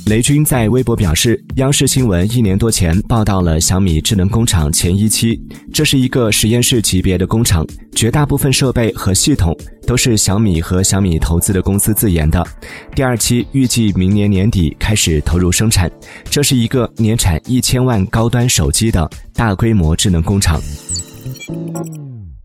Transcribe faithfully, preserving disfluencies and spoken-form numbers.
雷军在微博表示，央视新闻一年多前报道了小米智能工厂前一期，这是一个实验室级别的工厂，绝大部分设备和系统都是小米和小米投资的公司自研的。第二期预计明年年底开始投入生产，这是一个年产一千万高端手机的大规模智能工厂。